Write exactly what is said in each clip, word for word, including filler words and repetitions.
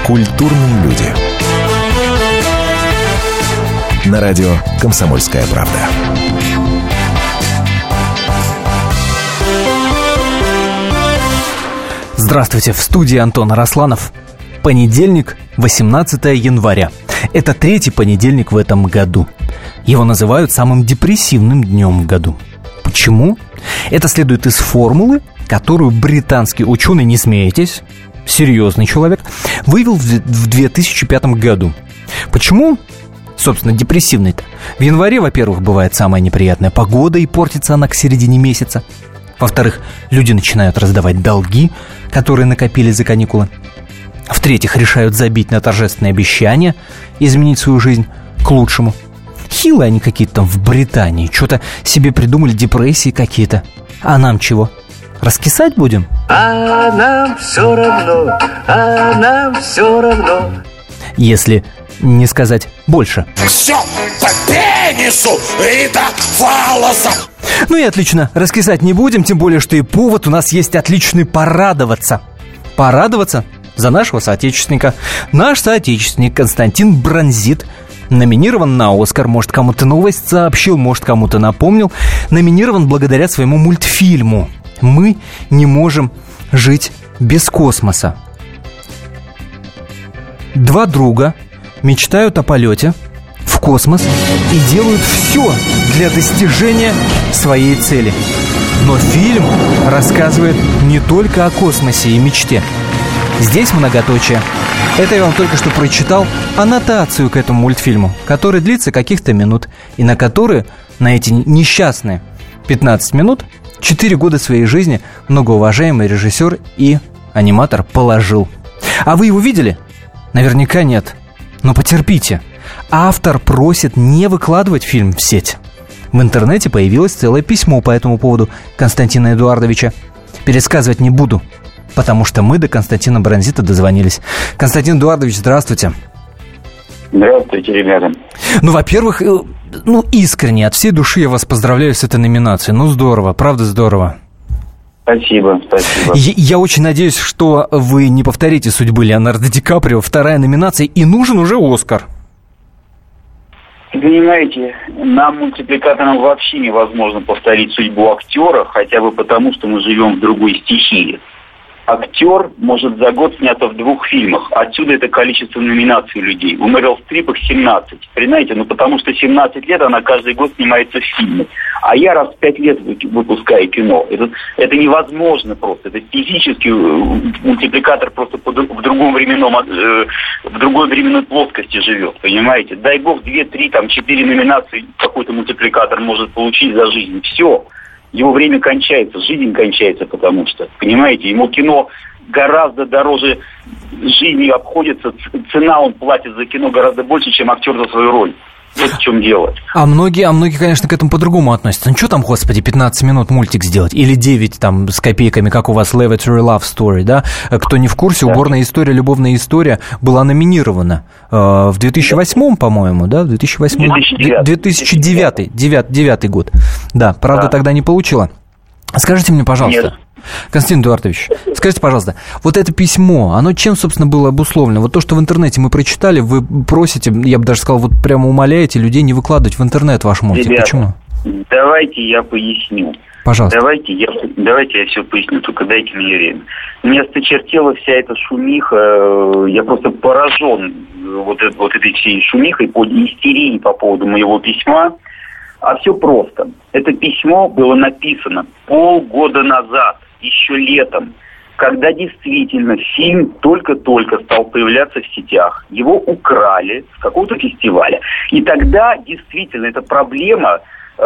Культурные люди. На радио «Комсомольская правда». Здравствуйте, в студии Антон Арасланов. Понедельник, восемнадцатое января. Это третий понедельник в этом году. Его называют самым депрессивным днем в году. Почему? Это следует из формулы, которую британский ученый, не смейтесь, серьезный человек, вывел в две тысячи пятом году. Почему? Собственно, депрессивный-то. В январе, во-первых, бывает самая неприятная погода, и портится она к середине месяца. Во-вторых, люди начинают раздавать долги, которые накопили за каникулы. В-третьих, решают забить на торжественные обещания, изменить свою жизнь к лучшему. Хилые они какие-то там в Британии, что-то себе придумали, депрессии какие-то. А нам чего? Раскисать будем? А нам все равно, а нам все равно. Если не сказать больше. Все по пенису и до фалоса. Ну и отлично, раскисать не будем, тем более, что и повод у нас есть отличный порадоваться. Порадоваться за нашего соотечественника. Наш соотечественник Константин Бронзит номинирован на «Оскар». Может, кому-то новость сообщил, может, кому-то напомнил. Номинирован благодаря своему мультфильму «Мы не можем жить без космоса». Два друга мечтают о полете в космос и делают все для достижения своей цели. Но фильм рассказывает не только о космосе и мечте. Здесь многоточие. Это я вам только что прочитал аннотацию к этому мультфильму, который длится каких-то минут, и на которые, на эти несчастные пятнадцать минут, четыре года своей жизни многоуважаемый режиссер и аниматор положил. А вы его видели? Наверняка нет. Но потерпите. Автор просит не выкладывать фильм в сеть. В интернете появилось целое письмо по этому поводу Константина Эдуардовича. Пересказывать не буду, потому что мы до Константина Бронзита дозвонились. Константин Эдуардович, здравствуйте. Здравствуйте, ребята. Ну, во-первых, ну, искренне, от всей души я вас поздравляю с этой номинацией. Ну, здорово, правда здорово. Спасибо, спасибо. Я, я очень надеюсь, что вы не повторите судьбы Леонардо Ди Каприо. Вторая номинация, и нужен уже «Оскар». Понимаете, нам, мультипликаторам, вообще невозможно повторить судьбу актера, хотя бы потому, что мы живем в другой стихии. Актер может за год сняться в двух фильмах. Отсюда это количество номинаций у людей. У Мэрил Стрип их семнадцать. Понимаете? Ну, потому что семнадцать лет она каждый год снимается в фильме. А я раз в пять лет выпускаю кино. Это, это невозможно просто. Это физически мультипликатор просто в другом временном, э, в другой временной плоскости живет. Понимаете? Дай бог, две, три, там, четыре номинации какой-то мультипликатор может получить за жизнь. Все. Его время кончается, жизнь кончается, потому что, понимаете, ему кино гораздо дороже жизни обходится, цена он платит за кино гораздо больше, чем актер за свою роль. Вот в чем дело. А многие, а многие, конечно, к этому по-другому относятся. Ну что там, господи, пятнадцать минут мультик сделать? Или девять там с копейками, как у вас Lavatory Love Story, да? Кто не в курсе, да. Уборная история, любовная история была номинирована э, в две тысячи восьмом, по-моему, да? две тысячи восьмой, две тысячи девятый, девятый год. Да, правда, да. Тогда не получила. Скажите мне, пожалуйста, Нет. Константин Эдуардович, скажите, пожалуйста, вот это письмо, оно чем, собственно, было обусловлено? Вот то, что в интернете мы прочитали, вы просите, я бы даже сказал, вот прямо умоляете людей не выкладывать в интернет ваш мультик. Ребята, почему? Давайте я поясню. Пожалуйста. Давайте я, давайте я все поясню, только дайте мне время. Мне осточертела вся эта шумиха, я просто поражен вот, вот этой всей шумихой, по истерии по поводу моего письма. А все просто. Это письмо было написано полгода назад, еще летом, когда действительно фильм только-только стал появляться в сетях. Его украли с какого-то фестиваля. И тогда действительно эта проблема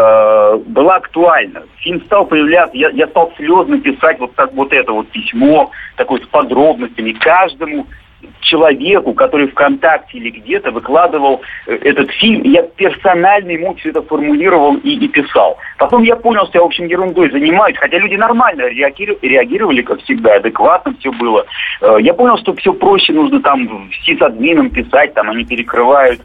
э, была актуальна. Фильм стал появляться, я, я стал слезно писать вот, так, вот это вот письмо, такое с подробностями каждому человеку, который ВКонтакте или где-то выкладывал этот фильм, я персонально ему все это формулировал и, и писал. Потом я понял, что я, в общем, ерундой занимаюсь, хотя люди нормально реагировали, реагировали, как всегда, адекватно все было. Я понял, что все проще, нужно там сисадминам писать, там они перекрывают.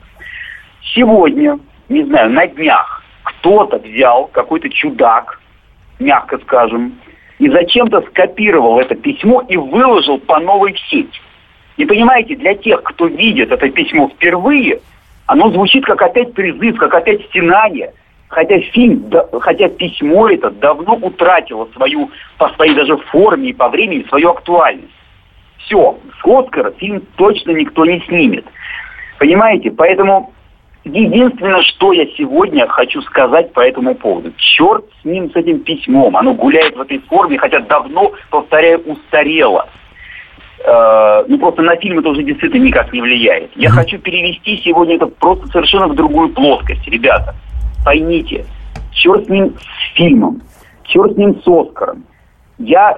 Сегодня, не знаю, на днях кто-то взял, какой-то чудак, мягко скажем, и зачем-то скопировал это письмо и выложил по новой в сеть. И понимаете, для тех, кто видит это письмо впервые, оно звучит как опять призыв, как опять стенание. Хотя фильм, да, хотя письмо это давно утратило свою, по своей даже форме и по времени, свою актуальность. Все, с Оскара фильм точно никто не снимет. Понимаете? Поэтому единственное, что я сегодня хочу сказать по этому поводу. Черт с ним, с этим письмом. Оно гуляет в этой форме, хотя давно, повторяю, устарело. Э, ну, просто на фильм это уже действительно никак не влияет. Я mm-hmm. хочу перевести сегодня это просто совершенно в другую плоскость. Ребята, поймите, черт с ним с фильмом, черт с ним с Оскаром. Я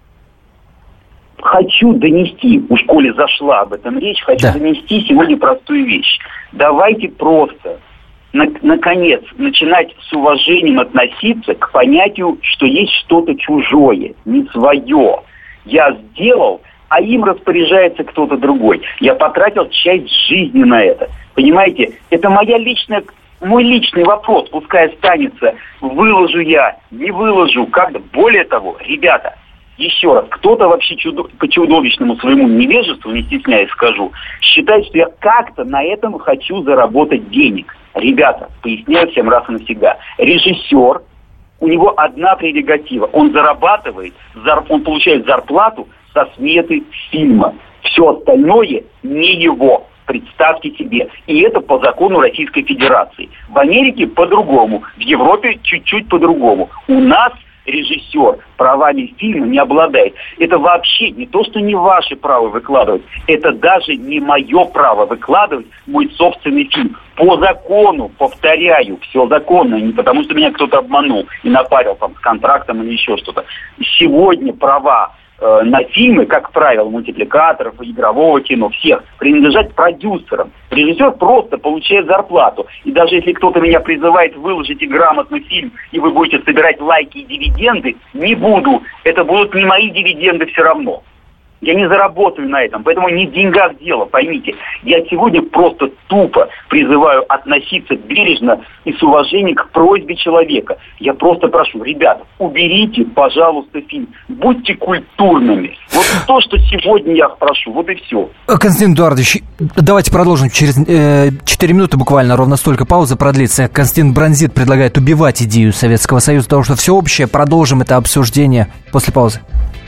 хочу донести, уж коли зашла об этом речь, хочу да. донести сегодня простую вещь. Давайте просто, на, наконец, начинать с уважением относиться к понятию, что есть что-то чужое, не свое. Я сделал, а им распоряжается кто-то другой. Я потратил часть жизни на это. Понимаете, это моя личная... Мой личный вопрос, пускай останется, выложу я, не выложу, как-то. Более того, ребята, еще раз, кто-то вообще чудо, по чудовищному своему невежеству, не стесняясь скажу, считает, что я как-то на этом хочу заработать денег. Ребята, поясняю всем раз и навсегда. Режиссер, у него одна прерогатива. Он зарабатывает, он получает зарплату со сметы фильма. Все остальное не его. Представьте себе. И это по закону Российской Федерации. В Америке по-другому, в Европе чуть-чуть по-другому. У нас режиссер правами фильма не обладает. Это вообще не то, что не ваше право выкладывать. Это даже не мое право выкладывать мой собственный фильм. По закону, повторяю, все законно, не потому что меня кто-то обманул и напарил там с контрактом или еще что-то. Сегодня права э, на фильмы, как правило, мультипликаторов, игрового кино, всех, принадлежат продюсерам. Режиссер просто получает зарплату. И даже если кто-то меня призывает выложить грамотный фильм, и вы будете собирать лайки и дивиденды, не буду. Это будут не мои дивиденды все равно. Я не заработаю на этом, поэтому не в деньгах дело, поймите. Я сегодня просто тупо призываю относиться бережно и с уважением к просьбе человека. Я просто прошу, ребята, уберите, пожалуйста, фильм. Будьте культурными. Вот то, что сегодня я прошу, вот и все. Константин Эдуардович, давайте продолжим. Через э, четыре минуты буквально, ровно столько пауза продлится. Константин Бронзит предлагает убивать идею Советского Союза, потому что все общее. Продолжим это обсуждение после паузы.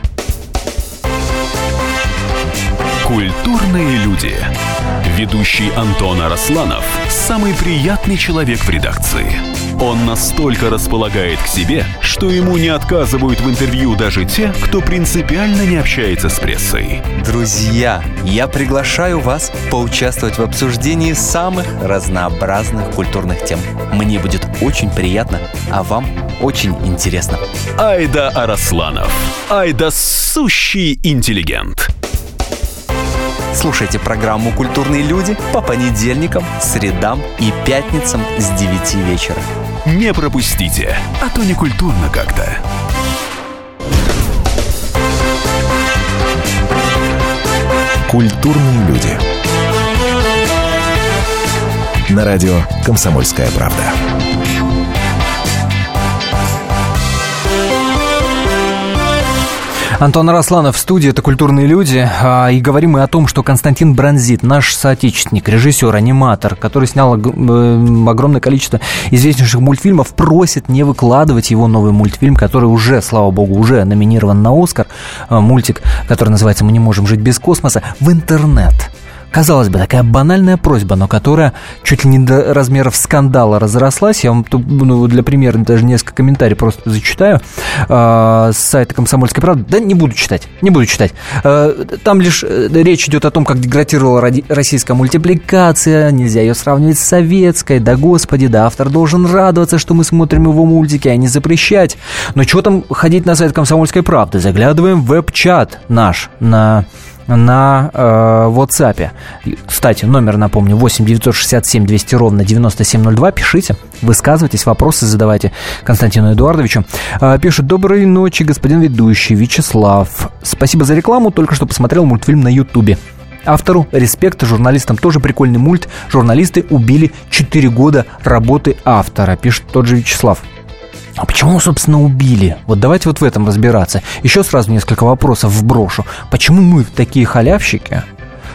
Культурные люди. Ведущий Антон Арасланов – самый приятный человек в редакции. Он настолько располагает к себе, что ему не отказывают в интервью даже те, кто принципиально не общается с прессой. Друзья, я приглашаю вас поучаствовать в обсуждении самых разнообразных культурных тем. Мне будет очень приятно, а вам очень интересно. Айда Арасланов. Айда сущий интеллигент. Слушайте программу «Культурные люди» по понедельникам, средам и пятницам с девяти вечера. Не пропустите, а то не культурно как-то. Культурные люди. На радио «Комсомольская правда». Антон Арасланов в студии, это «Культурные люди», и говорим мы о том, что Константин Бронзит, наш соотечественник, режиссер, аниматор, который снял огромное количество известнейших мультфильмов, просит не выкладывать его новый мультфильм, который уже, слава богу, уже номинирован на «Оскар», мультик, который называется «Мы не можем жить без космоса», в интернет. Казалось бы, такая банальная просьба, но которая чуть ли не до размеров скандала разрослась. Я вам ну, для примера даже несколько комментариев просто зачитаю э, с сайта «Комсомольской правды». Да не буду читать, не буду читать. Э, там лишь речь идет о том, как деградировала российская мультипликация, нельзя ее сравнивать с советской. Да господи, да автор должен радоваться, что мы смотрим его мультики, а не запрещать. Но что там ходить на сайт «Комсомольской правды»? Заглядываем в веб-чат наш на... на э, WhatsApp. Кстати, номер, напомню, восемь девятьсот шестьдесят семь двести ровно девяносто семь ноль два. Пишите, высказывайтесь, вопросы задавайте Константину Эдуардовичу. Э, пишет: доброй ночи, господин ведущий Вячеслав. Спасибо за рекламу, только что посмотрел мультфильм на Ютубе. Автору респект, журналистам тоже прикольный мульт. Журналисты убили четыре года работы автора, пишет тот же Вячеслав. А почему, собственно, убили? Вот давайте вот в этом разбираться. Еще сразу несколько вопросов вброшу. Почему мы такие халявщики?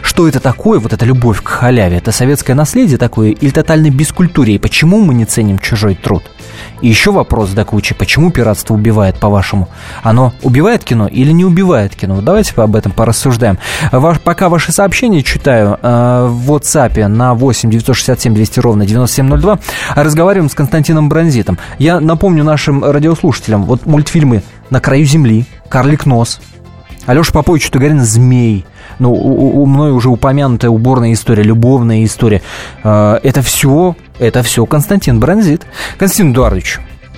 что это такое, вот эта любовь к халяве? Это советское наследие такое или тотальное бескультурье? И почему мы не ценим чужой труд? И еще вопрос до кучи. Почему пиратство убивает, по-вашему? Оно убивает кино или не убивает кино? Давайте об этом порассуждаем. Ваш, пока ваши сообщения читаю э, в WhatsApp на восемь девятьсот шестьдесят семь двести ровно девяносто семь ноль два. Разговариваем с Константином Бронзитом. Я напомню нашим радиослушателям. Вот мультфильмы «На краю земли», «Карлик нос», Алеша Попович Тугарин «Змей». Ну, у, у мной уже упомянутая уборная история, любовная история. Э, это все, это все Константин Бронзит. Константин Эдуардович.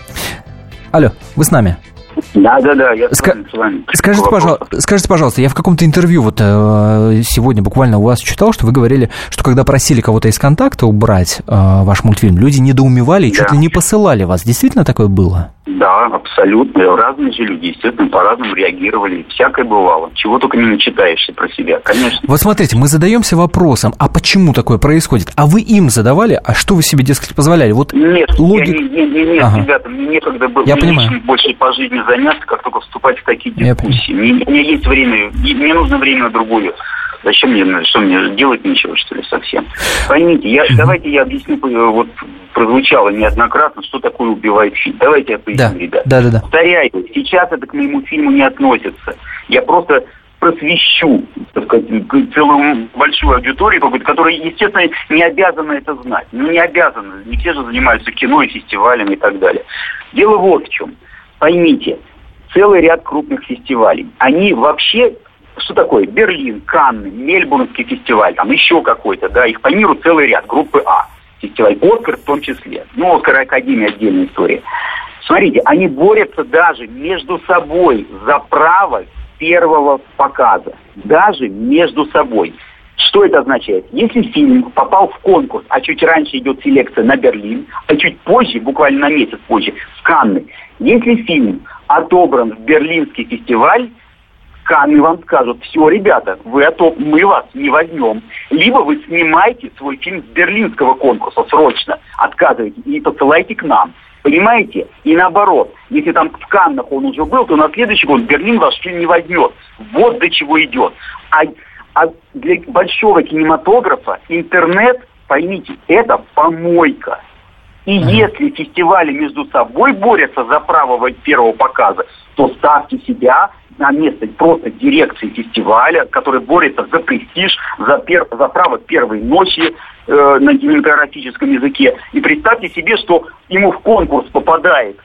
Алло, вы с нами? Да, да, да, я Ска- с вами. Скажите, пожалуйста, скажите, пожалуйста, я в каком-то интервью вот э, сегодня буквально у вас читал, что вы говорили, что когда просили кого-то из «Контакта» убрать э, ваш мультфильм, люди недоумевали и да. чуть ли не посылали вас. Действительно такое было? Да, абсолютно. Разные же люди, естественно, по-разному реагировали. Всякое бывало. Чего только не начитаешься про себя, конечно. Вот смотрите, мы задаемся вопросом, а почему такое происходит? А вы им задавали? А что вы себе, дескать, позволяли? Вот нет, логик... я, не, не, нет, ага. ребята, мне некогда было. Я понимаю. Больше по жизни заняться, как только вступать в такие дискуссии. Мне, у меня есть время, мне нужно время на другое. Зачем мне, что мне делать нечего, что ли, совсем? Поймите, я, давайте я объясню, вот прозвучало неоднократно, что такое убивает фильм. Давайте я поясню, да. ребята. Да, да, да. Повторяю, сейчас это к моему фильму не относится. Я просто просвещу, так сказать, целую большую аудиторию, которая, естественно, не обязана это знать. Ну, не обязана. Не все же занимаются кино и фестивалями и так далее. Дело вот в чем. Поймите, целый ряд крупных фестивалей. Они вообще... Что такое? Берлин, Канны, Мельбурнский фестиваль, там еще какой-то, да, их по миру целый ряд, группы А. Фестиваль «Оскар» в том числе. Ну, «Оскар» и «Академия» отдельная история. Смотрите, они борются даже между собой за право первого показа. Даже между собой. Что это означает? Если фильм попал в конкурс, а чуть раньше идет селекция на Берлин, а чуть позже, буквально на месяц позже, в Канны. Если фильм отобран в Берлинский фестиваль, Канны вам скажут: все, ребята, вы отоп... мы вас не возьмем. Либо вы снимаете свой фильм с берлинского конкурса срочно, отказываете и посылаете к нам. Понимаете? И наоборот, если там в Каннах он уже был, то на следующий год Берлин ваш фильм не возьмет. Вот до чего идет. А, а для большого кинематографа интернет, поймите, это помойка. И uh-huh. если фестивали между собой борются за право первого показа, то ставьте себя на место просто дирекции фестиваля, который борется за престиж, за, пер, за право первой ночи э, на кинематографическом языке. И представьте себе, что ему в конкурс попадает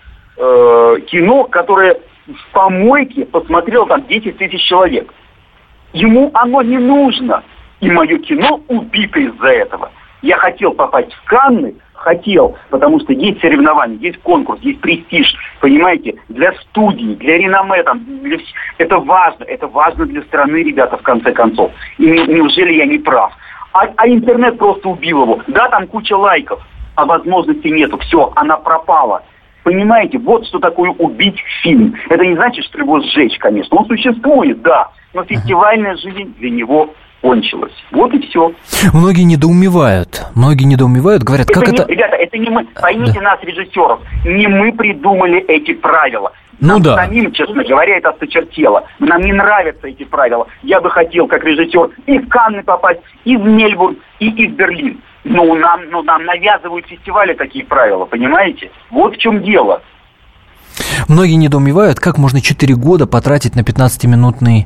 э, кино, которое в помойке посмотрел там десять тысяч человек. Ему оно не нужно. И мое кино убито из-за этого. Я хотел попасть в Канны, хотел, потому что есть соревнования, есть конкурс, есть престиж, понимаете, для студии, для реноме, там, для... это важно, это важно для страны, ребята, в конце концов. И неужели я не прав? А, а интернет просто убил его. Да, там куча лайков, а возможности нету, все, она пропала. Понимаете, вот что такое убить фильм. Это не значит, что его сжечь, конечно, он существует, да, но фестивальная жизнь для него кончилось. Вот и все. Многие недоумевают. Многие недоумевают, говорят, это как не, это... Ребята, это не мы. Поймите да. нас, режиссеров. Не мы придумали эти правила. Ну Нам да. самим, честно говоря, это осточертело. Нам не нравятся эти правила. Я бы хотел, как режиссер, и в Канны попасть, и в Мельбурн, и, и в Берлин. Но нам, но нам навязывают фестивали такие правила, понимаете? Вот в чем дело. Многие недоумевают, как можно четыре года потратить на пятнадцатиминутный...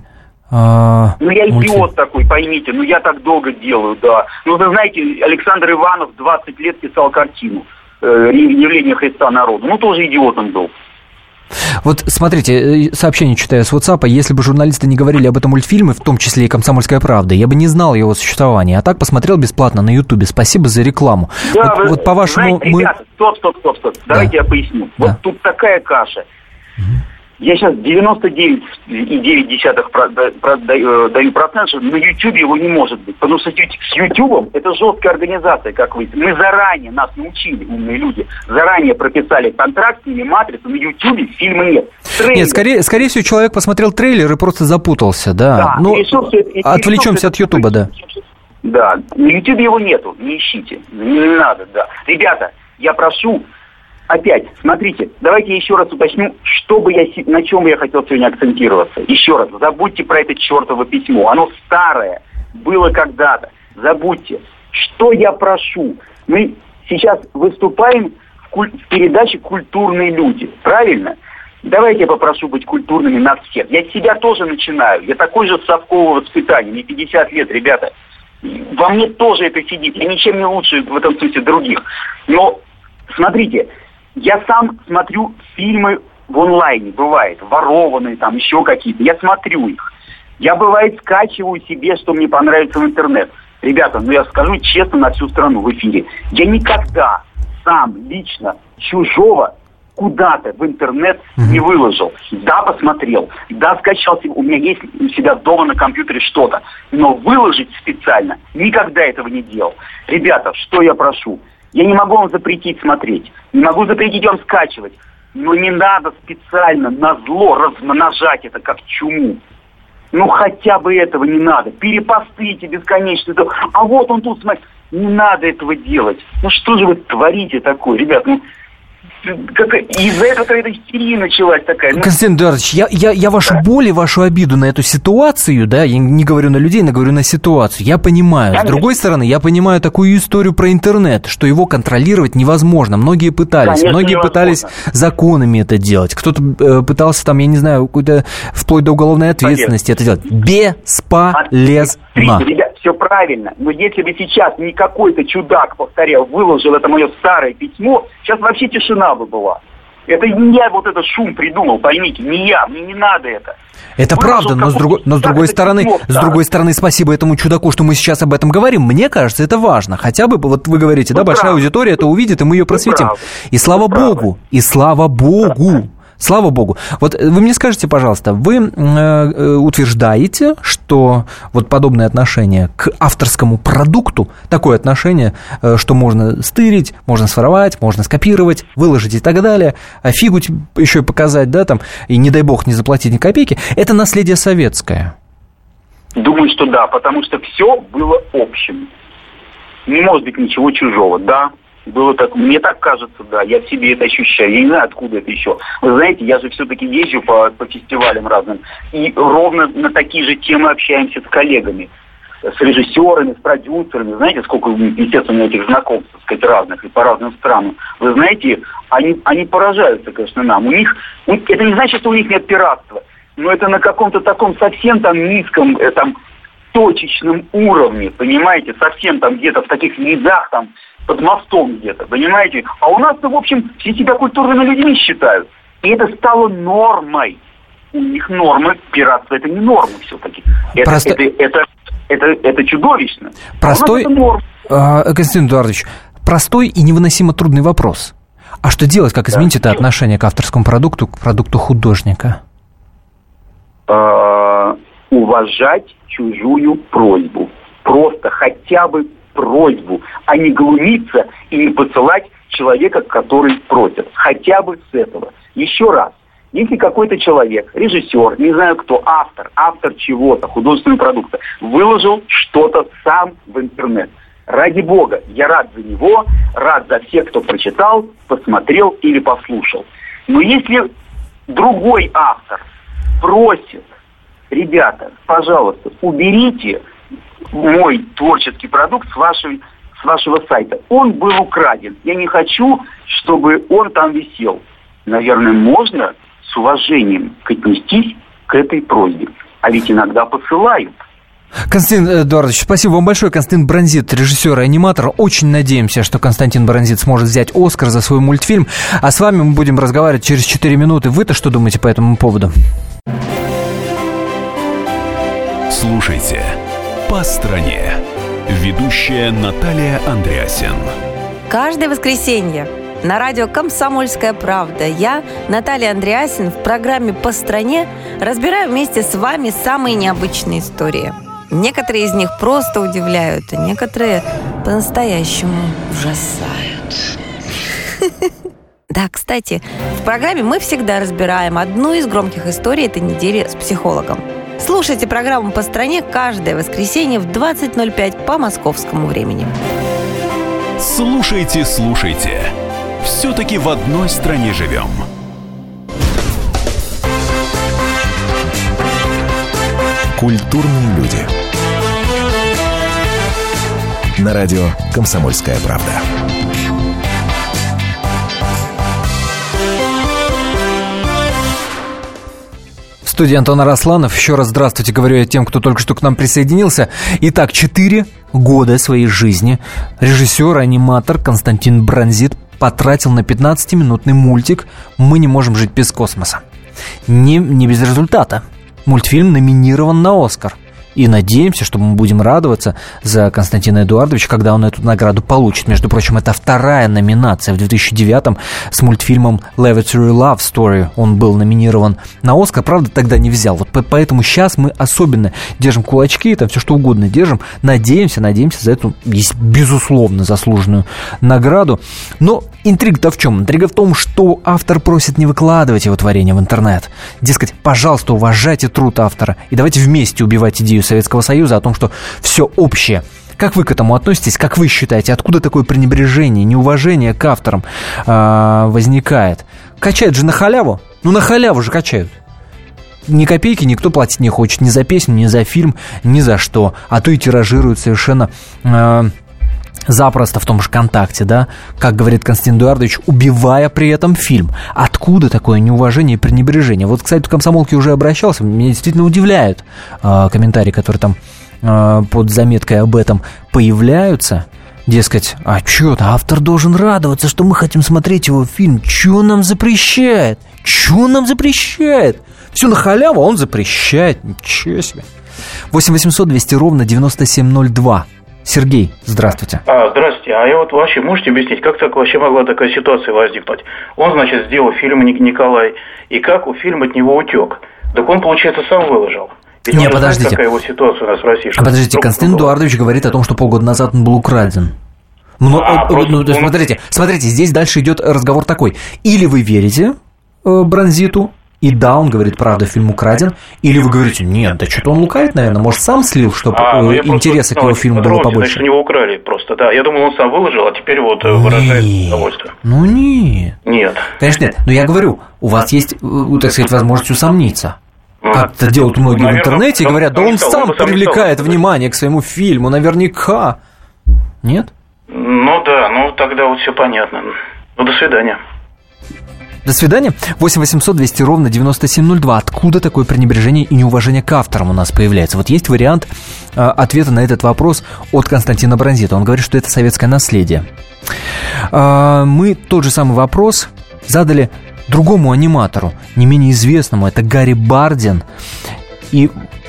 А, ну, я идиот мультфильм. такой, поймите, ну, я так долго делаю, да. Ну, вы знаете, Александр Иванов двадцать лет писал картину э, «Явление Христа народу». Ну, тоже идиотом был. Вот, смотрите, сообщение читаю с WhatsApp. Если бы журналисты не говорили об этом мультфильме, в том числе и «Комсомольская правда», я бы не знал его существования. А так посмотрел бесплатно на Ютубе. Спасибо за рекламу. Да, вот, вы, вот по-вашему... знаете, мы... ребята, стоп, стоп, стоп, стоп. Давайте да. я поясню. Да. Вот тут такая каша. Угу. Я сейчас девяносто девять и девять десятых даю процент, что на Ютьюбе его не может быть. Потому что с Ютьюбом это жесткая организация, как вы. Мы заранее, нас научили, умные люди, заранее прописали контракт или матрицу, на Ютьюбе фильма нет. Трейлер. Нет, скорее, скорее всего, человек посмотрел трейлер и просто запутался, да. Да, ну, решил, что это, отвлечемся от Ютуба, да. Да, на Ютьюбе его нету, не ищите, не надо, да. Ребята, я прошу... Опять, смотрите, давайте я еще раз уточню, что бы я, на чем я хотел сегодня акцентироваться. Еще раз, забудьте про это чертово письмо. Оно старое. было когда-то. Забудьте. Что я прошу? Мы сейчас выступаем в, куль... в передаче «Культурные люди». Правильно? Давайте я попрошу быть культурными на всех. Я с себя тоже начинаю. Я такой же совкового воспитания. Мне пятьдесят лет, ребята. Во мне тоже это сидит. Я ничем не лучше в этом смысле других. Но, смотрите, я сам смотрю фильмы в онлайне, бывает, ворованные, там, еще какие-то. Я смотрю их. Я, бывает, скачиваю себе, что мне понравится в интернет. Ребята, ну я скажу честно на всю страну в эфире. Я никогда сам лично чужого куда-то в интернет не выложил. Да, посмотрел. Да, скачал себе. У меня есть у себя дома на компьютере что-то. Но выложить специально никогда этого не делал. Ребята, что я прошу? Я не могу вам запретить смотреть. Не могу запретить вам скачивать. Но не надо специально назло размножать это как чуму. Ну, хотя бы этого не надо. Перепостите бесконечно. А вот он тут, смотрите. Не надо этого делать. Ну, что же вы творите такое, ребят? Ну, как, из-за этого какая-то истерия началась такая. Ну, Константин Эдуардович, я, я, я вашу да. боль и вашу обиду на эту ситуацию, да, я не говорю на людей, но говорю на ситуацию, я понимаю. Конечно. С другой стороны, я понимаю такую историю про интернет, что его контролировать невозможно. Многие пытались, Конечно, многие невозможно. пытались законами это делать. Кто-то э, пытался там, я не знаю, какой-то, вплоть до уголовной ответственности Понятно. это делать. Бесполезно. Ребят, все правильно, но если бы сейчас не какой-то чудак, повторял, выложил это мое старое письмо, сейчас вообще тишина бы была. Это не я вот этот шум придумал, поймите, не я, мне не надо это. Это Выложил правда, но с, друг... но с другой стороны, письмо, с другой стороны, спасибо этому чудаку, что мы сейчас об этом говорим. Мне кажется, это важно. Хотя бы, вот вы говорите, вы да, правы. Большая аудитория это увидит, и мы ее просветим. И слава вы богу, правы. и слава богу. Слава богу. Вот вы мне скажите, пожалуйста, вы э, утверждаете, что вот подобное отношение к авторскому продукту, такое отношение, э, что можно стырить, можно своровать, можно скопировать, выложить и так далее, а фигу еще и показать, да, там, и не дай бог не заплатить ни копейки, это наследие советское? Думаю, что да, потому что все было общим. Не может быть ничего чужого, да. Было так, мне так кажется, да, я в себе это ощущаю, я не знаю, откуда это еще. Вы знаете, я же все-таки езжу по, по фестивалям разным, и ровно на такие же темы общаемся с коллегами, с режиссерами, с продюсерами. Знаете, сколько, естественно, у меня этих знакомств, так сказать, разных, и по разным странам. Вы знаете, они, они поражаются, конечно, нам. У них, это не значит, что у них нет пиратства, но это на каком-то таком совсем там низком, там, точечном уровне, понимаете, совсем там где-то в таких низах, там, под мостом где-то, понимаете? А у нас-то, в общем, все себя культурными людьми считают. И это стало нормой. У них нормы, пиратство это не норма все-таки. Это, Просто... это, это, это, это, это чудовищно. Простой, а Константин Эдуардович, простой и невыносимо трудный вопрос. А что делать, как изменить да, это что? отношение к авторскому продукту, к продукту художника? А, уважать чужую просьбу. Просто хотя бы просьбу, а не глумиться и не посылать человека, который просит. Хотя бы с этого. Еще раз. Если какой-то человек, режиссер, не знаю кто, автор, автор чего-то, художественного продукта, выложил что-то сам в интернет. Ради бога, я рад за него, рад за всех, кто прочитал, посмотрел или послушал. Но если другой автор просит, ребята, пожалуйста, уберите мой творческий продукт с, вашей, с вашего сайта. Он был украден. Я не хочу, чтобы он там висел. Наверное, можно с уважением отнестись к этой просьбе. А ведь иногда посылают. Константин Эдуардович, спасибо вам большое. Константин Бронзит, режиссер и аниматор. Очень надеемся, что Константин Бронзит сможет взять «Оскар» за свой мультфильм. А с вами мы будем разговаривать через четыре минуты. Вы-то что думаете по этому поводу? Слушайте «По стране». Ведущая Наталья Андреасин. Каждое воскресенье на радио «Комсомольская правда» я, Наталья Андреасин, в программе «По стране» разбираю вместе с вами самые необычные истории. Некоторые из них просто удивляют, а некоторые по-настоящему ужасают. Да, кстати, в программе мы всегда разбираем одну из громких историй этой недели с психологом. Слушайте программу «По стране» каждое воскресенье в двадцать ноль пять по московскому времени. Слушайте, слушайте. Все-таки в одной стране живем. Культурные люди. на радио «Комсомольская правда». В студии Антон Арасланов. Еще раз здравствуйте, говорю я тем, кто только что к нам присоединился. Итак, четыре года своей жизни режиссер, аниматор Константин Бронзит потратил на пятнадцатиминутный мультик «Мы не можем жить без космоса». Не, не без результата. Мультфильм номинирован на «Оскар». И надеемся, что мы будем радоваться за Константина Эдуардовича, когда он эту награду получит. Между прочим, это вторая номинация. В две тысячи девятом с мультфильмом Lavatory Love Story он был номинирован на «Оскар». Правда, тогда не взял. Вот поэтому сейчас мы особенно держим кулачки, там все что угодно держим. Надеемся, надеемся за эту, безусловно, заслуженную награду. Но интрига-то в чем? Интрига в том, что автор просит не выкладывать его творение в интернет. Дескать, пожалуйста, уважайте труд автора и давайте вместе убивать идею Советского Союза о том, что все общее. Как вы к этому относитесь? Как вы считаете, откуда такое пренебрежение, неуважение к авторам э, возникает? Качают же на халяву? Ну, на халяву же качают. Ни копейки никто платить не хочет. Ни за песню, ни за фильм, ни за что. А то и тиражируют совершенно... Э, запросто в том же ВКонтакте, да, как говорит Константин Эдуардович, убивая при этом фильм. Откуда такое неуважение и пренебрежение? Вот, кстати, в «Комсомолке» уже обращался, меня действительно удивляют э, комментарии, которые там э, под заметкой об этом появляются. Дескать, а чё-то автор должен радоваться, что мы хотим смотреть его фильм. Чё нам запрещает? Чё нам запрещает? Все на халяву, а он запрещает. Ничего себе. восемь восемьсот двести ровно девяносто семь ноль два. Сергей, здравствуйте. А, здравствуйте. А я вот вообще, можете объяснить, как так вообще могла такая ситуация возникнуть? Он, значит, сделал фильм «Николай», и как у фильма от него утек? Так он, получается, сам выложил. Ведь не, подождите. Знает, какая вот ситуация у нас в России. А подождите, Константин Эдуардович говорит о том, что полгода назад он был украден. Ну, а, ну, ну, он... смотрите, смотрите, здесь дальше идет разговор такой. Или вы верите э, Бронзиту, и да, он говорит, правда, фильм украден. Или вы говорите, нет, да что-то он лукавит, наверное. Может, сам слил, чтобы а, ну, интереса к его фильму было побольше? Значит, у него украли просто, да. Я думал, он сам выложил, а теперь вот нет. выражает удовольствие. Ну, нет. Нет. Конечно, нет. Но я говорю, у вас есть, так сказать, возможность усомниться. Как это делают многие наверное, в интернете и говорят, да он стал, сам привлекает сам внимание к своему фильму, наверняка. Нет? Ну да, ну тогда вот все понятно. Ну, до свидания. До свидания. восемь восемьсот двести ровно девяносто семь ноль два. Откуда такое пренебрежение и неуважение к авторам у нас появляется? Вот есть вариант э, ответа на этот вопрос от Константина Бронзита. Он говорит, что это советское наследие. Э, мы тот же самый вопрос задали другому аниматору, не менее известному. Это Гарри Бардин. И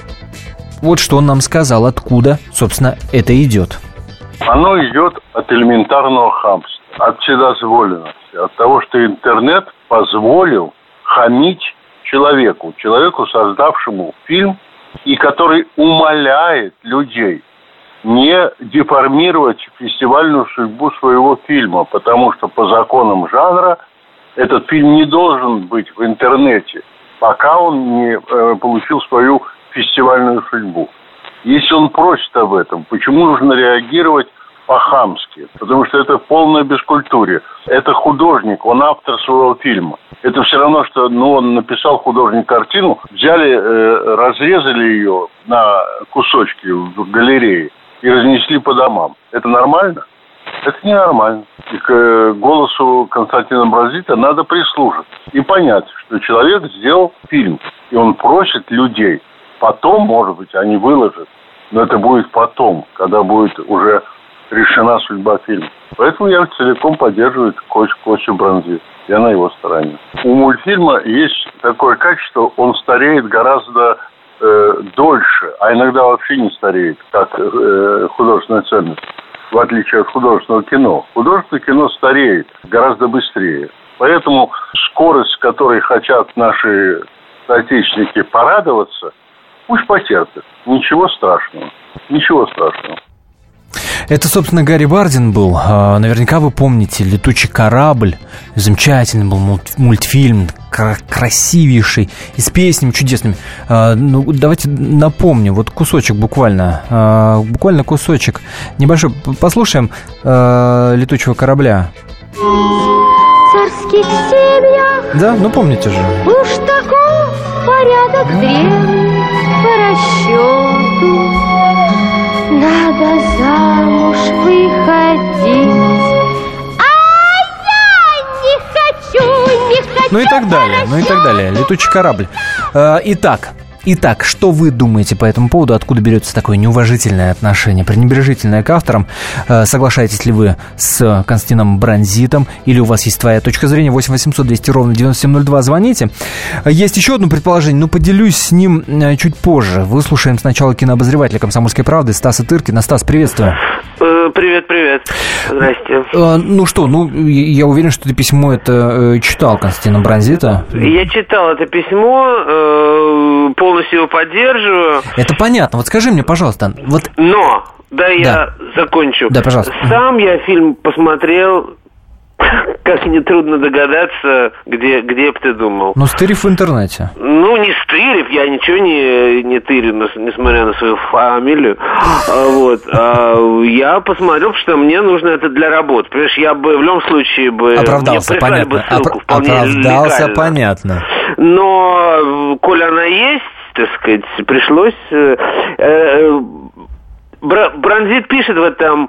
вот что он нам сказал, откуда, собственно, это идет. Оно идет от элементарного хамства, от вседозволенности, от того, что интернет позволил хамить человеку, человеку, создавшему фильм, и который умоляет людей не деформировать фестивальную судьбу своего фильма, потому что по законам жанра этот фильм не должен быть в интернете, пока он не э, получил свою фестивальную судьбу. Если он просит об этом, почему нужно реагировать по-хамски? Потому что это полное бескультурье. Это художник, он автор своего фильма. Это все равно, что ну, он написал художник картину, взяли, э, разрезали ее на кусочки в галерее и разнесли по домам. Это нормально? Это ненормально. И к э, голосу Константина Бронзита надо прислушаться и понять, что человек сделал фильм, и он просит людей. Потом, может быть, они выложат, но это будет потом, когда будет уже решена судьба фильма. Поэтому я целиком поддерживаю Костю Бронзит. Я на его стороне. У мультфильма есть такое качество, он стареет гораздо э, дольше, а иногда вообще не стареет, как э, художественная ценность, в отличие от художественного кино. Художественное кино стареет гораздо быстрее. Поэтому скорость, с которой хотят наши соотечественники порадоваться, пусть потерпят. Ничего страшного. Ничего страшного. Это, собственно, Гарри Бардин был. Наверняка вы помните «Летучий корабль». Замечательный был мультфильм, красивейший, и с песнями чудесными. Ну, давайте напомню, вот кусочек буквально, буквально кусочек небольшой. Послушаем «Летучего корабля». В царских семьях. Да, ну помните же. Уж таков порядок древний по расчету. Надо замуж Ну и так далее, ну и так далее. Летучий корабль. Итак, Итак, что вы думаете по этому поводу? Откуда берется такое неуважительное отношение, пренебрежительное к авторам? Соглашаетесь ли вы с Константином Бронзитом? Или у вас есть своя точка зрения? восемь восемьсот двести ровно девяносто семь ноль два. Звоните. Есть еще одно предположение, но поделюсь с ним чуть позже. Выслушаем сначала кинообозревателя «Комсомольской правды» Стаса Тыркина. Стас, приветствую. Привет, привет. Здрасте. Ну что, ну я уверен, что ты письмо это читал Константина Бронзита. Я читал это письмо, полностью его поддерживаю. Это понятно. Вот скажи мне, пожалуйста, вот... Но, да, да. я закончу. Да, пожалуйста. Сам я фильм посмотрел, как нетрудно догадаться, где, где бы ты думал. Ну, стырив в интернете. Ну, не стырив, я ничего не, не тырю, несмотря на свою фамилию. Вот. А я посмотрел, потому что мне нужно это для работы. Понимаешь, я бы в любом случае бы... Оправдался, мне понятно. бы ссылку, Опра- оправдался, легально. Понятно. Но, коль она есть, так сказать, пришлось... Э, э, Бронзит пишет в этом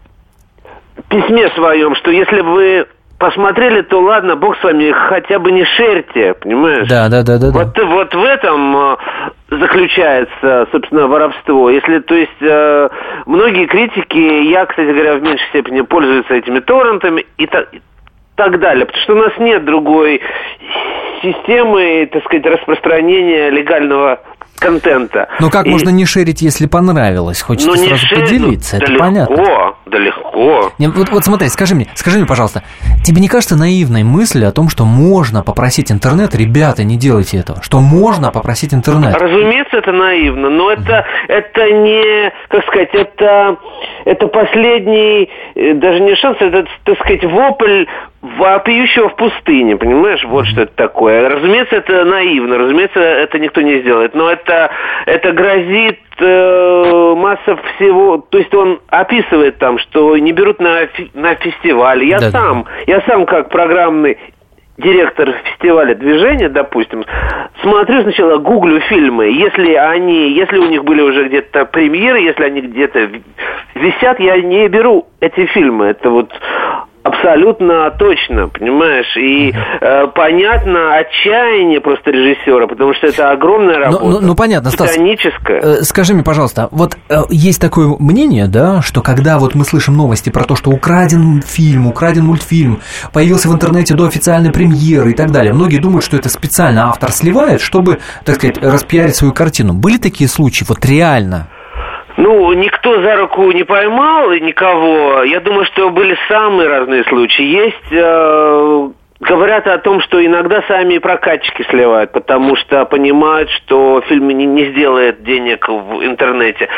письме своем, что если вы посмотрели, то ладно, бог с вами, хотя бы не шерьте, понимаешь? Да, да, да, да. Вот, да. вот в этом заключается, собственно, воровство. Если, то есть, э, многие критики, я, кстати говоря, в меньшей степени пользуются этими торрентами и так, и так далее, потому что у нас нет другой системы, так сказать, распространения легального контента. Ну как и... можно не шерить, если понравилось? Хочется ну, сразу шерить, поделиться, ну, это да понятно. Легко, да легко. Не, вот, вот смотри, скажи мне, скажи мне, пожалуйста, тебе не кажется наивной мысль о том, что можно попросить интернет, ребята, не делайте этого, что можно попросить интернет? Разумеется, это наивно, но это, это не, как сказать, это, это последний, даже не шанс, это, так сказать, вопль вопиющего в пустыне, понимаешь, вот что это такое. Разумеется, это наивно, разумеется, это никто не сделает, но это, это грозит э, масса всего, то есть он описывает там, что не берут на, фи, на фестиваль. Я да, сам, да. я сам как программный директор фестиваля движения, допустим, смотрю сначала, гуглю фильмы, если они, если у них были уже где-то премьеры, если они где-то висят, я не беру эти фильмы, это вот абсолютно точно, понимаешь, и э, понятно отчаяние просто режиссера, потому что это огромная работа, ну, ну, ну понятно, Стас, титаническая. Э, скажи мне, пожалуйста, вот э, есть такое мнение, да, что когда вот мы слышим новости про то, что украден фильм, украден мультфильм, появился в интернете до официальной премьеры и так далее, многие думают, что это специально автор сливает, чтобы, так сказать, распиарить свою картину. Были такие случаи, вот реально? Ну, никто за руку не поймал, и никого. Я думаю, что были самые разные случаи. Есть, э, говорят о том, что иногда сами прокатчики сливают, потому что понимают, что фильм не, не сделает денег в интернете.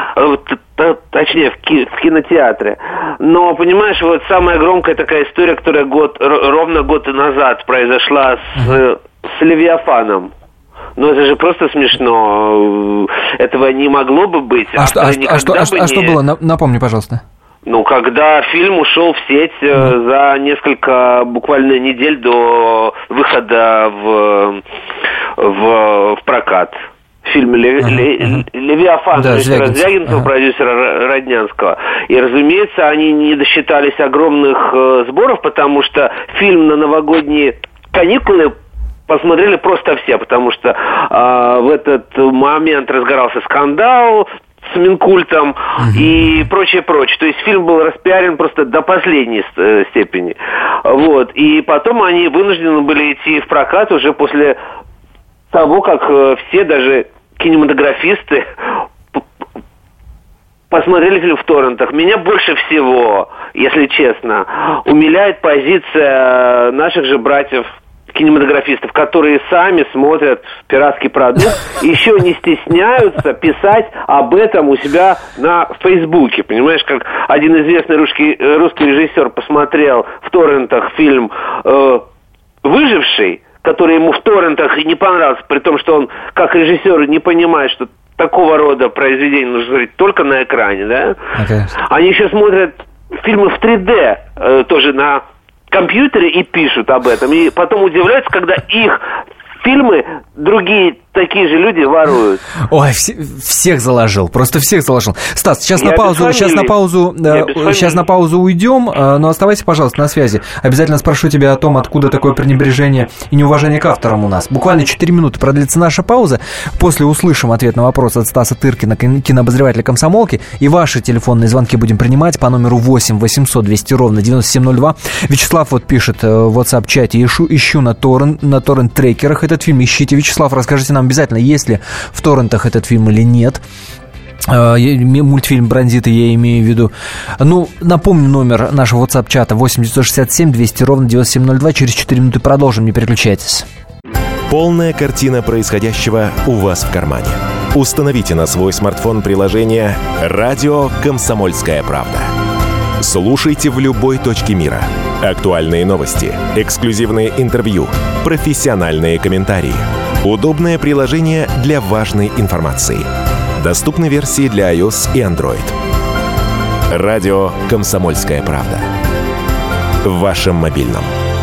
Точнее, в, ки- в кинотеатре. Но, понимаешь, вот самая громкая такая история, которая год, ровно год назад произошла с, с «Левиафаном». Ну, это же просто смешно. Этого не могло бы быть. А, что, а, а, что, а, а что было? Напомни, пожалуйста. Ну, когда фильм ушел в сеть mm. за несколько буквально недель до выхода в, в, в прокат. Фильм Леви, uh-huh, Ле, uh-huh. «Левиафан», да, режиссера Звягинцева, uh-huh. продюсера Роднянского. И, разумеется, они не досчитались огромных э, сборов, потому что фильм на новогодние каникулы посмотрели просто все, потому что э, в этот момент разгорался скандал с Минкультом uh-huh. и прочее, прочее. То есть фильм был распиарен просто до последней степени. Вот. И потом они вынуждены были идти в прокат уже после того, как э, все, даже кинематографисты, посмотрели фильм в торрентах. Меня больше всего, если честно, умиляет позиция наших же братьев кинематографистов, которые сами смотрят пиратский продукт, еще не стесняются писать об этом у себя на Фейсбуке. Понимаешь, как один известный русский, русский режиссер посмотрел в торрентах фильм э, «Выживший», который ему в торрентах не понравился, при том, что он, как режиссер, не понимает, что такого рода произведения нужно смотреть только на экране, да? Okay. Они еще смотрят фильмы в три дэ, э, тоже на компьютере, и пишут об этом. И потом удивляются, когда их фильмы другие такие же люди воруют. Ой, все, всех заложил, просто всех заложил. Стас, сейчас Я на паузу, без сейчас на паузу, Я без сейчас на паузу уйдем, но оставайся, пожалуйста, на связи. Обязательно спрошу тебя о том, откуда такое пренебрежение и неуважение к авторам у нас. Буквально четыре минуты продлится наша пауза. После услышим ответ на вопрос от Стаса Тыркина, кинообозревателя «Комсомолки». И ваши телефонные звонки будем принимать по номеру восемь восемьсот двести ровно девяносто семь ноль два. Вячеслав вот пишет в WhatsApp-чате: ищу, ищу на торрент, на торрент-трекерах этот фильм. Ищите. Вячеслав, расскажите нам обязательно, есть ли в торрентах этот фильм или нет. Мультфильм «Бандиты» я имею в виду. Ну, напомню номер нашего WhatsApp-чата восемь девятьсот шестьдесят семь двести ровно девяносто семь ноль два. Через четыре минуты продолжим, не переключайтесь. Полная картина происходящего у вас в кармане. Установите на свой смартфон приложение «Радио Комсомольская правда». Слушайте в любой точке мира. Актуальные новости, эксклюзивные интервью, профессиональные комментарии. Удобное приложение для важной информации. Доступны версии для iOS и Android. Радио «Комсомольская правда». В вашем мобильном.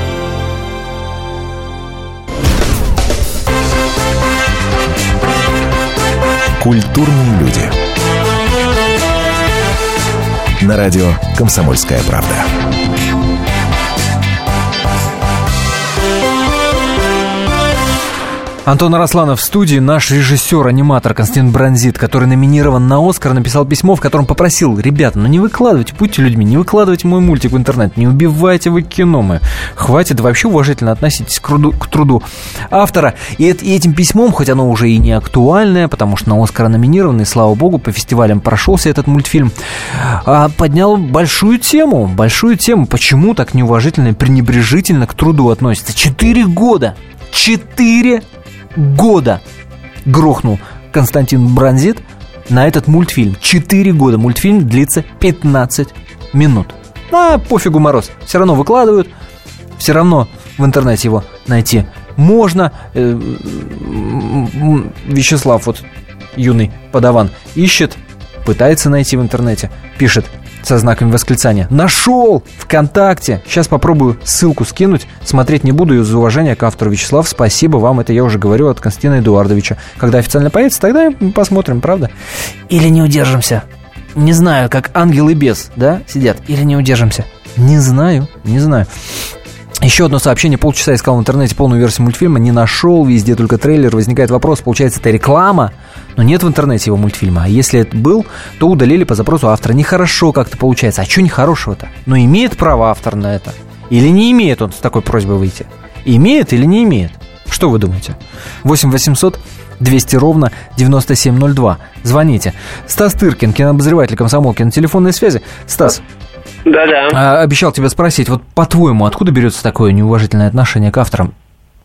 Культурные люди. На радио «Комсомольская правда». Антон Арасланов в студии. Наш режиссер, аниматор Константин Бронзит, который номинирован на «Оскар», написал письмо, в котором попросил: ребята, ну не выкладывайте, будьте людьми, не выкладывайте мой мультик в интернет, не убивайте вы кино мы. Хватит, вообще уважительно относитесь к труду, к труду автора. И, и этим письмом, хоть оно уже и не актуальное, потому что на «Оскар» номинированный, слава богу, по фестивалям прошелся этот мультфильм, поднял большую тему, большую тему, почему так неуважительно и пренебрежительно к труду относятся. Четыре года, четыре года грохнул Константин Бронзит на этот мультфильм. Четыре года. Мультфильм длится пятнадцать минут. А пофигу мороз. Все равно выкладывают. Все равно в интернете его найти можно. Вячеслав, вот юный подаван, ищет, пытается найти в интернете. Пишет со знаками восклицания: нашел! ВКонтакте! Сейчас попробую ссылку скинуть. Смотреть не буду из уважения к автору. Вячеслав, спасибо вам. Это я уже говорю от Константина Эдуардовича. Когда официально появится, тогда посмотрим, правда? Или не удержимся? Не знаю, как ангел и бес, да, сидят. Или не удержимся? Не знаю, не знаю. Еще одно сообщение. Полчаса искал в интернете полную версию мультфильма, не нашел, везде только трейлер. Возникает вопрос, получается, это реклама? Но нет в интернете его мультфильма. А если это был, то удалили по запросу автора. Нехорошо как-то получается. А что нехорошего-то? Но имеет право автор на это? Или не имеет он с такой просьбой выйти? Имеет или не имеет? Что вы думаете? восемь восемьсот двести ровно девяносто семь ноль два. Звоните. Стас Тыркин, кинообозреватель «Комсомолки», на телефонной связи. Стас. Да-да. А, обещал тебя спросить, вот по-твоему, откуда берется такое неуважительное отношение к авторам?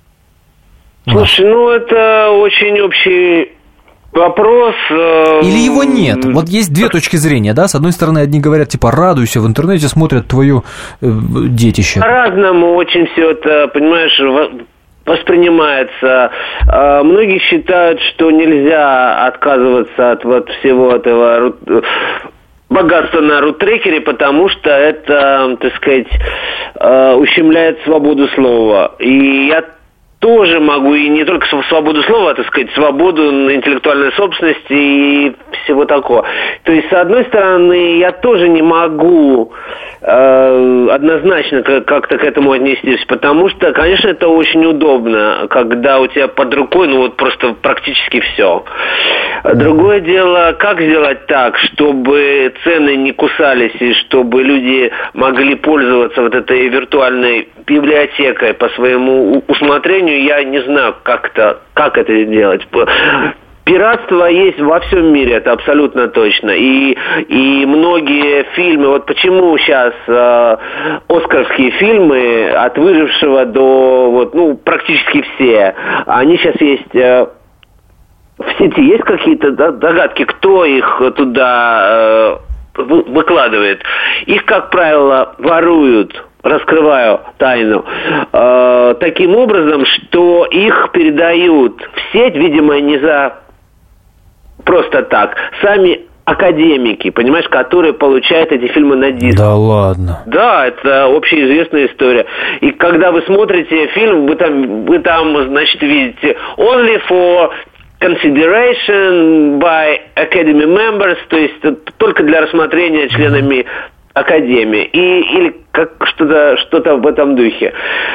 Слушай, ну это очень общий вопрос. Э... Или его нет? Вот есть две точки зрения, да? С одной стороны, одни говорят, типа, радуйся, в интернете смотрят твое э, детище. По-разному очень все это, понимаешь, воспринимается. Э, многие считают, что нельзя отказываться от вот всего этого богатство на рут-трекере, потому что это, так сказать, э, ущемляет свободу слова. И я тоже могу, и не только свободу слова, а, так сказать, свободу интеллектуальной собственности и всего такого. То есть, с одной стороны, я тоже не могу э, однозначно как-то к этому отнестись, потому что, конечно, это очень удобно, когда у тебя под рукой, ну, вот просто практически все. Другое дело, как сделать так, чтобы цены не кусались и чтобы люди могли пользоваться вот этой виртуальной библиотекой по своему усмотрению, я не знаю, как это, как это сделать. Пиратство есть во всем мире, это абсолютно точно. И, и многие фильмы, вот почему сейчас э, оскаровские фильмы от «Выжившего» до, вот, ну, практически все, они сейчас есть... Э, в сети есть какие-то догадки, кто их туда э, выкладывает? Их, как правило, воруют, раскрываю тайну, э, таким образом, что их передают в сеть, видимо, не за просто так. Сами академики, понимаешь, которые получают эти фильмы на диск. Да ладно. Да, это общеизвестная история. И когда вы смотрите фильм, вы там, вы там, значит, видите only for consideration by Academy members, то есть только для рассмотрения членами Академии, и, или как что-то, что-то в этом духе.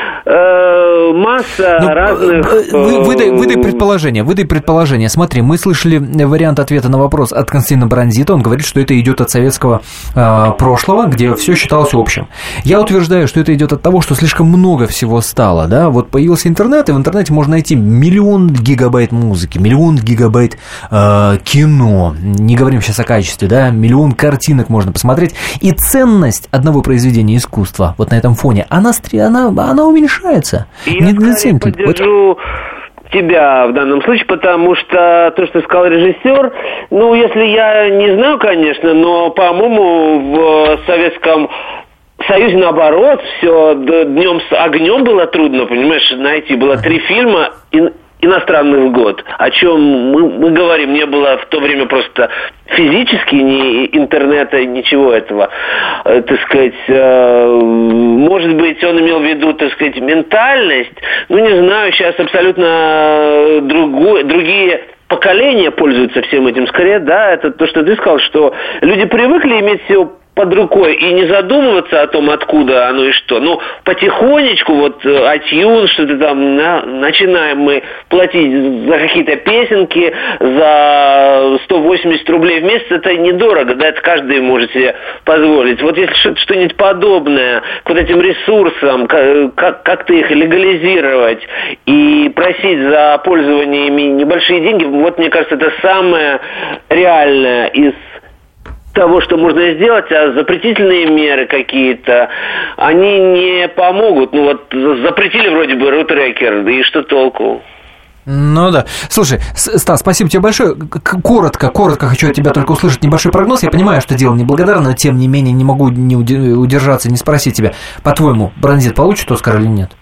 Э, масса ну, разных... Вы, выдай, выдай предположение, выдай предположение. Смотри, мы слышали вариант ответа на вопрос от Константина Бронзита. Он говорит, что это идет от советского э, прошлого, где все считалось общим. Я утверждаю, что это идет от того, что слишком много всего стало. Да? Вот появился интернет, и в интернете можно найти миллион гигабайт музыки, миллион гигабайт э, кино. Не говорим сейчас о качестве, да? Миллион картинок можно посмотреть. И ценность одного произведения искусства искусства вот на этом фоне, она, она, она уменьшается. И я скорее поддержу вот тебя в данном случае, потому что то, что сказал режиссер, ну, если я не знаю, конечно, но, по-моему, в Советском Союзе, наоборот, все днем с огнем было трудно, понимаешь, найти. Было три фильма иностранных в год, о чем мы, мы говорим, не было в то время просто физически ни интернета, ничего этого, э, так сказать, э, может быть, он имел в виду, так сказать, ментальность, ну, не знаю, сейчас абсолютно другой, другие поколения пользуются всем этим, скорее, да, это то, что ты сказал, что люди привыкли иметь все под рукой и не задумываться о том, откуда оно и что. Ну, потихонечку, вот, iTunes, что-то там, на, начинаем мы платить за какие-то песенки, за сто восемьдесят рублей в месяц, это недорого, да, это каждый может себе позволить. Вот если что-то, что-нибудь подобное к вот этим ресурсам, как, как-то их легализировать и просить за пользование ими небольшие деньги, вот, мне кажется, это самое реальное из того, что можно сделать, а запретительные меры какие-то, они не помогут. Ну вот запретили вроде бы рутрекер, и что толку? Ну да. Слушай, Стас, спасибо тебе большое. Коротко, коротко хочу от тебя только услышать небольшой прогноз. Я понимаю, что дело неблагодарное, но тем не менее не могу не удержаться, не спросить тебя. По-твоему, Бронзит получит Оскар или нет?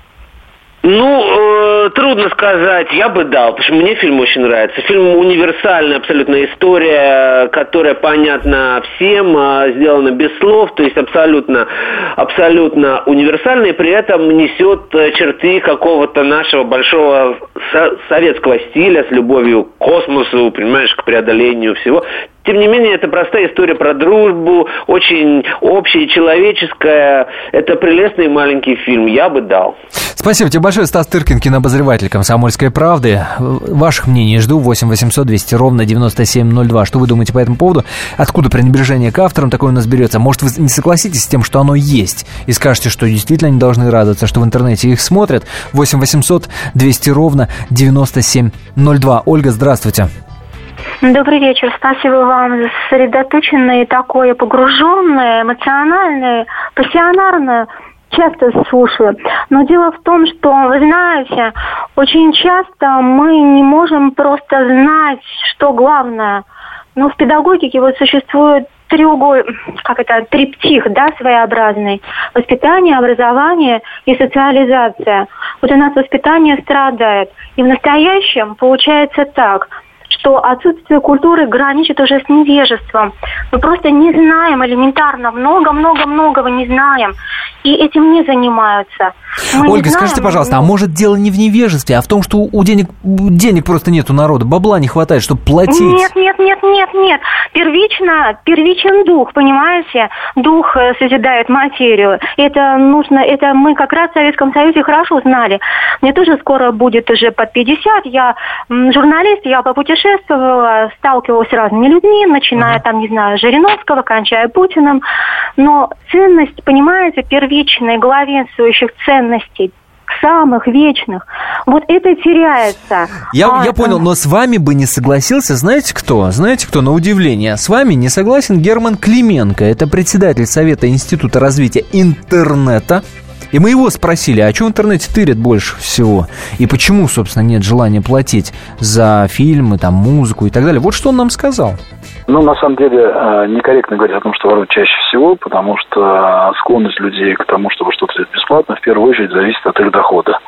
Ну, э, трудно сказать, я бы дал, потому что мне фильм очень нравится. Фильм универсальная абсолютно история, которая понятна всем, э, сделана без слов, то есть абсолютно, абсолютно универсальная, и при этом несет черты какого-то нашего большого со- советского стиля с любовью к космосу, понимаешь, к преодолению всего. Тем не менее, это простая история про дружбу, очень общая, человеческая. Это прелестный маленький фильм, я бы дал. Спасибо тебе большое, Стас Тыркин, кинообозреватель «Комсомольской правды». Ваших мнений жду. восемь восемьсот двести ровно девяносто семь ноль два. Что вы думаете по этому поводу? Откуда пренебрежение к авторам такое у нас берется? Может, вы не согласитесь с тем, что оно есть, и скажете, что действительно они должны радоваться, что в интернете их смотрят? восемь восемьсот двести ровно девяносто семь ноль два. Ольга, здравствуйте. Добрый вечер. Спасибо вам за сосредоточенное, такое погруженное, эмоциональное, пассионарное. Часто слушаю. Но дело в том, что, вы знаете, очень часто мы не можем просто знать, что главное. Но в педагогике вот существует треугольник, как это, триптих, да, своеобразный. Воспитание, образование и социализация. Вот у нас воспитание страдает. И в настоящем получается так, что отсутствие культуры граничит уже с невежеством. Мы просто не знаем элементарно, много-много-многого не знаем. И этим не занимаются. Мы Ольга, не знаем, скажите, пожалуйста, а может дело не в невежестве, а в том, что у денег, денег просто нет у народа, бабла не хватает, чтобы платить? Нет, нет, нет, нет, нет. Первично, первичен дух, понимаете? Дух созидает материю. Это нужно, это мы как раз в Советском Союзе хорошо знали. Мне тоже скоро будет уже под пятьдесят. Я журналист, я попутешествовала, сталкивалась с разными людьми, начиная там, не знаю, Жириновского, кончая Путиным. Но ценность, понимаете, первичной, главенствующих ценностей, самых вечных, вот это теряется. Я, а, я понял, но с вами бы не согласился, знаете кто? Знаете кто, на удивление? С вами не согласен Герман Клименко. Это председатель Совета Института развития интернета. И мы его спросили, а что в интернете тырят больше всего? И почему, собственно, нет желания платить за фильмы, там, музыку и так далее? Вот что он нам сказал. Ну, на самом деле, некорректно говорить о том, что воруют чаще всего, потому что склонность людей к тому, чтобы что-то взять бесплатно, в первую очередь зависит от их дохода.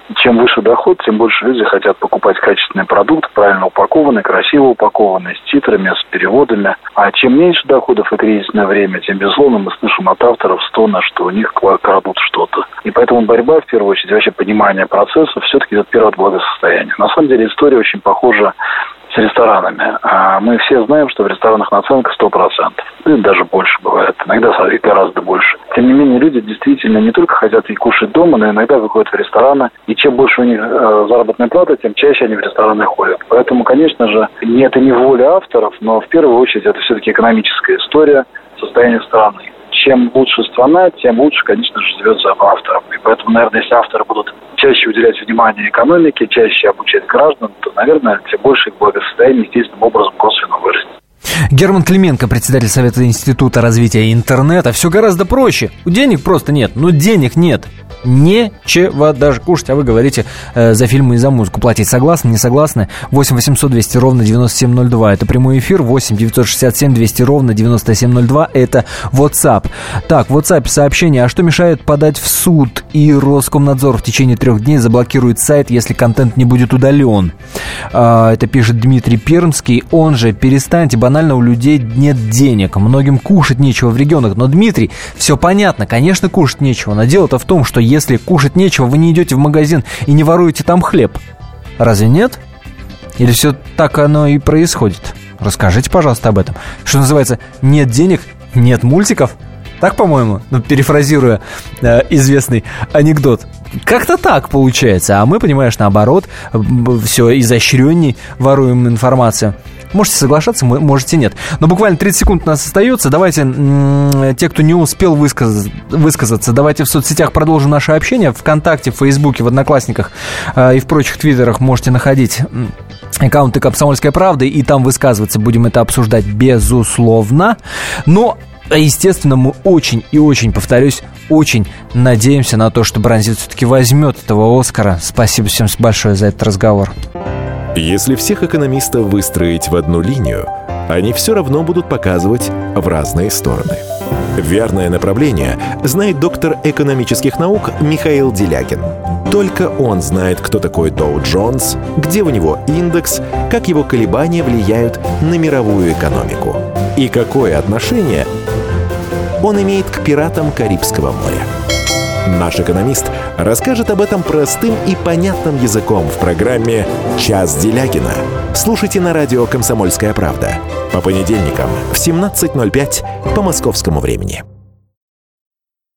чем выше доход, тем больше люди хотят покупать качественный продукт, правильно упакованный, красиво упакованный, с титрами, с переводами. А чем меньше доходов и кризисное время, тем, безусловно, мы слышим от авторов стоны, что у них крадут что-то. И поэтому борьба, в первую очередь, вообще понимание процесса, все-таки идет первое от благосостояния. На самом деле история очень похожа с ресторанами. Мы все знаем, что в ресторанах наценка сто процентов. Ну, и даже больше бывает. Иногда и гораздо больше. Тем не менее, люди действительно не только хотят и кушать дома, но иногда выходят в рестораны. И чем больше у них заработная плата, тем чаще они в рестораны ходят. Поэтому, конечно же, это не воля авторов, но в первую очередь это все-таки экономическая история состояния страны. Чем лучше страна, тем лучше, конечно же, живет за автором. И поэтому, наверное, если авторы будут чаще уделять внимание экономике, чаще обучать граждан, то, наверное, тем больше их благосостояние естественным образом косвенно вырастет. Герман Клименко, председатель Совета Института развития интернета. Все гораздо проще. Денег просто нет. Ну, денег нет. Нечего даже кушать, а вы говорите э, за фильмы и за музыку платить. Согласны, не согласны? восемь восемьсот двести ровно девяносто семь ноль два. Это прямой эфир. восемь девятьсот шестьдесят семь двести ровно девяносто семь ноль два. Это WhatsApp. Так, в WhatsApp сообщение. А что мешает подать в суд? И Роскомнадзор в течение трех дней заблокирует сайт, если контент не будет удален. А, это пишет Дмитрий Пермский. Он же: перестаньте, банально у людей нет денег. Многим кушать нечего в регионах. Но, Дмитрий, все понятно. Конечно, кушать нечего. Но дело-то в том, что если кушать нечего, вы не идете в магазин и не воруете там хлеб. Разве нет? Или все так оно и происходит? Расскажите, пожалуйста, об этом. Что называется, нет денег, нет мультиков. Так, по-моему, ну, перефразируя э, известный анекдот. Как-то так получается. А мы, понимаешь, наоборот, все изощренней воруем информацию. Можете соглашаться, можете нет. Но буквально тридцать секунд у нас остается. Давайте, м- те, кто не успел высказ- высказаться, давайте в соцсетях продолжим наше общение. ВКонтакте, в Фейсбуке, в Одноклассниках э, и в прочих твиттерах можете находить аккаунты «Комсомольская правда», и там высказываться. Будем это обсуждать, безусловно. Но, естественно, мы очень и очень, повторюсь, очень надеемся на то, что «Бронзит» все-таки возьмет этого «Оскара». Спасибо всем большое за этот разговор. Если всех экономистов выстроить в одну линию, они все равно будут показывать в разные стороны. Верное направление знает доктор экономических наук Михаил Делягин. Только он знает, кто такой Доу Джонс, где у него индекс, как его колебания влияют на мировую экономику и какое отношение он имеет к пиратам Карибского моря. Наш экономист расскажет об этом простым и понятным языком в программе «Час Делягина». Слушайте на радио «Комсомольская правда» по понедельникам в семнадцать ноль пять по московскому времени.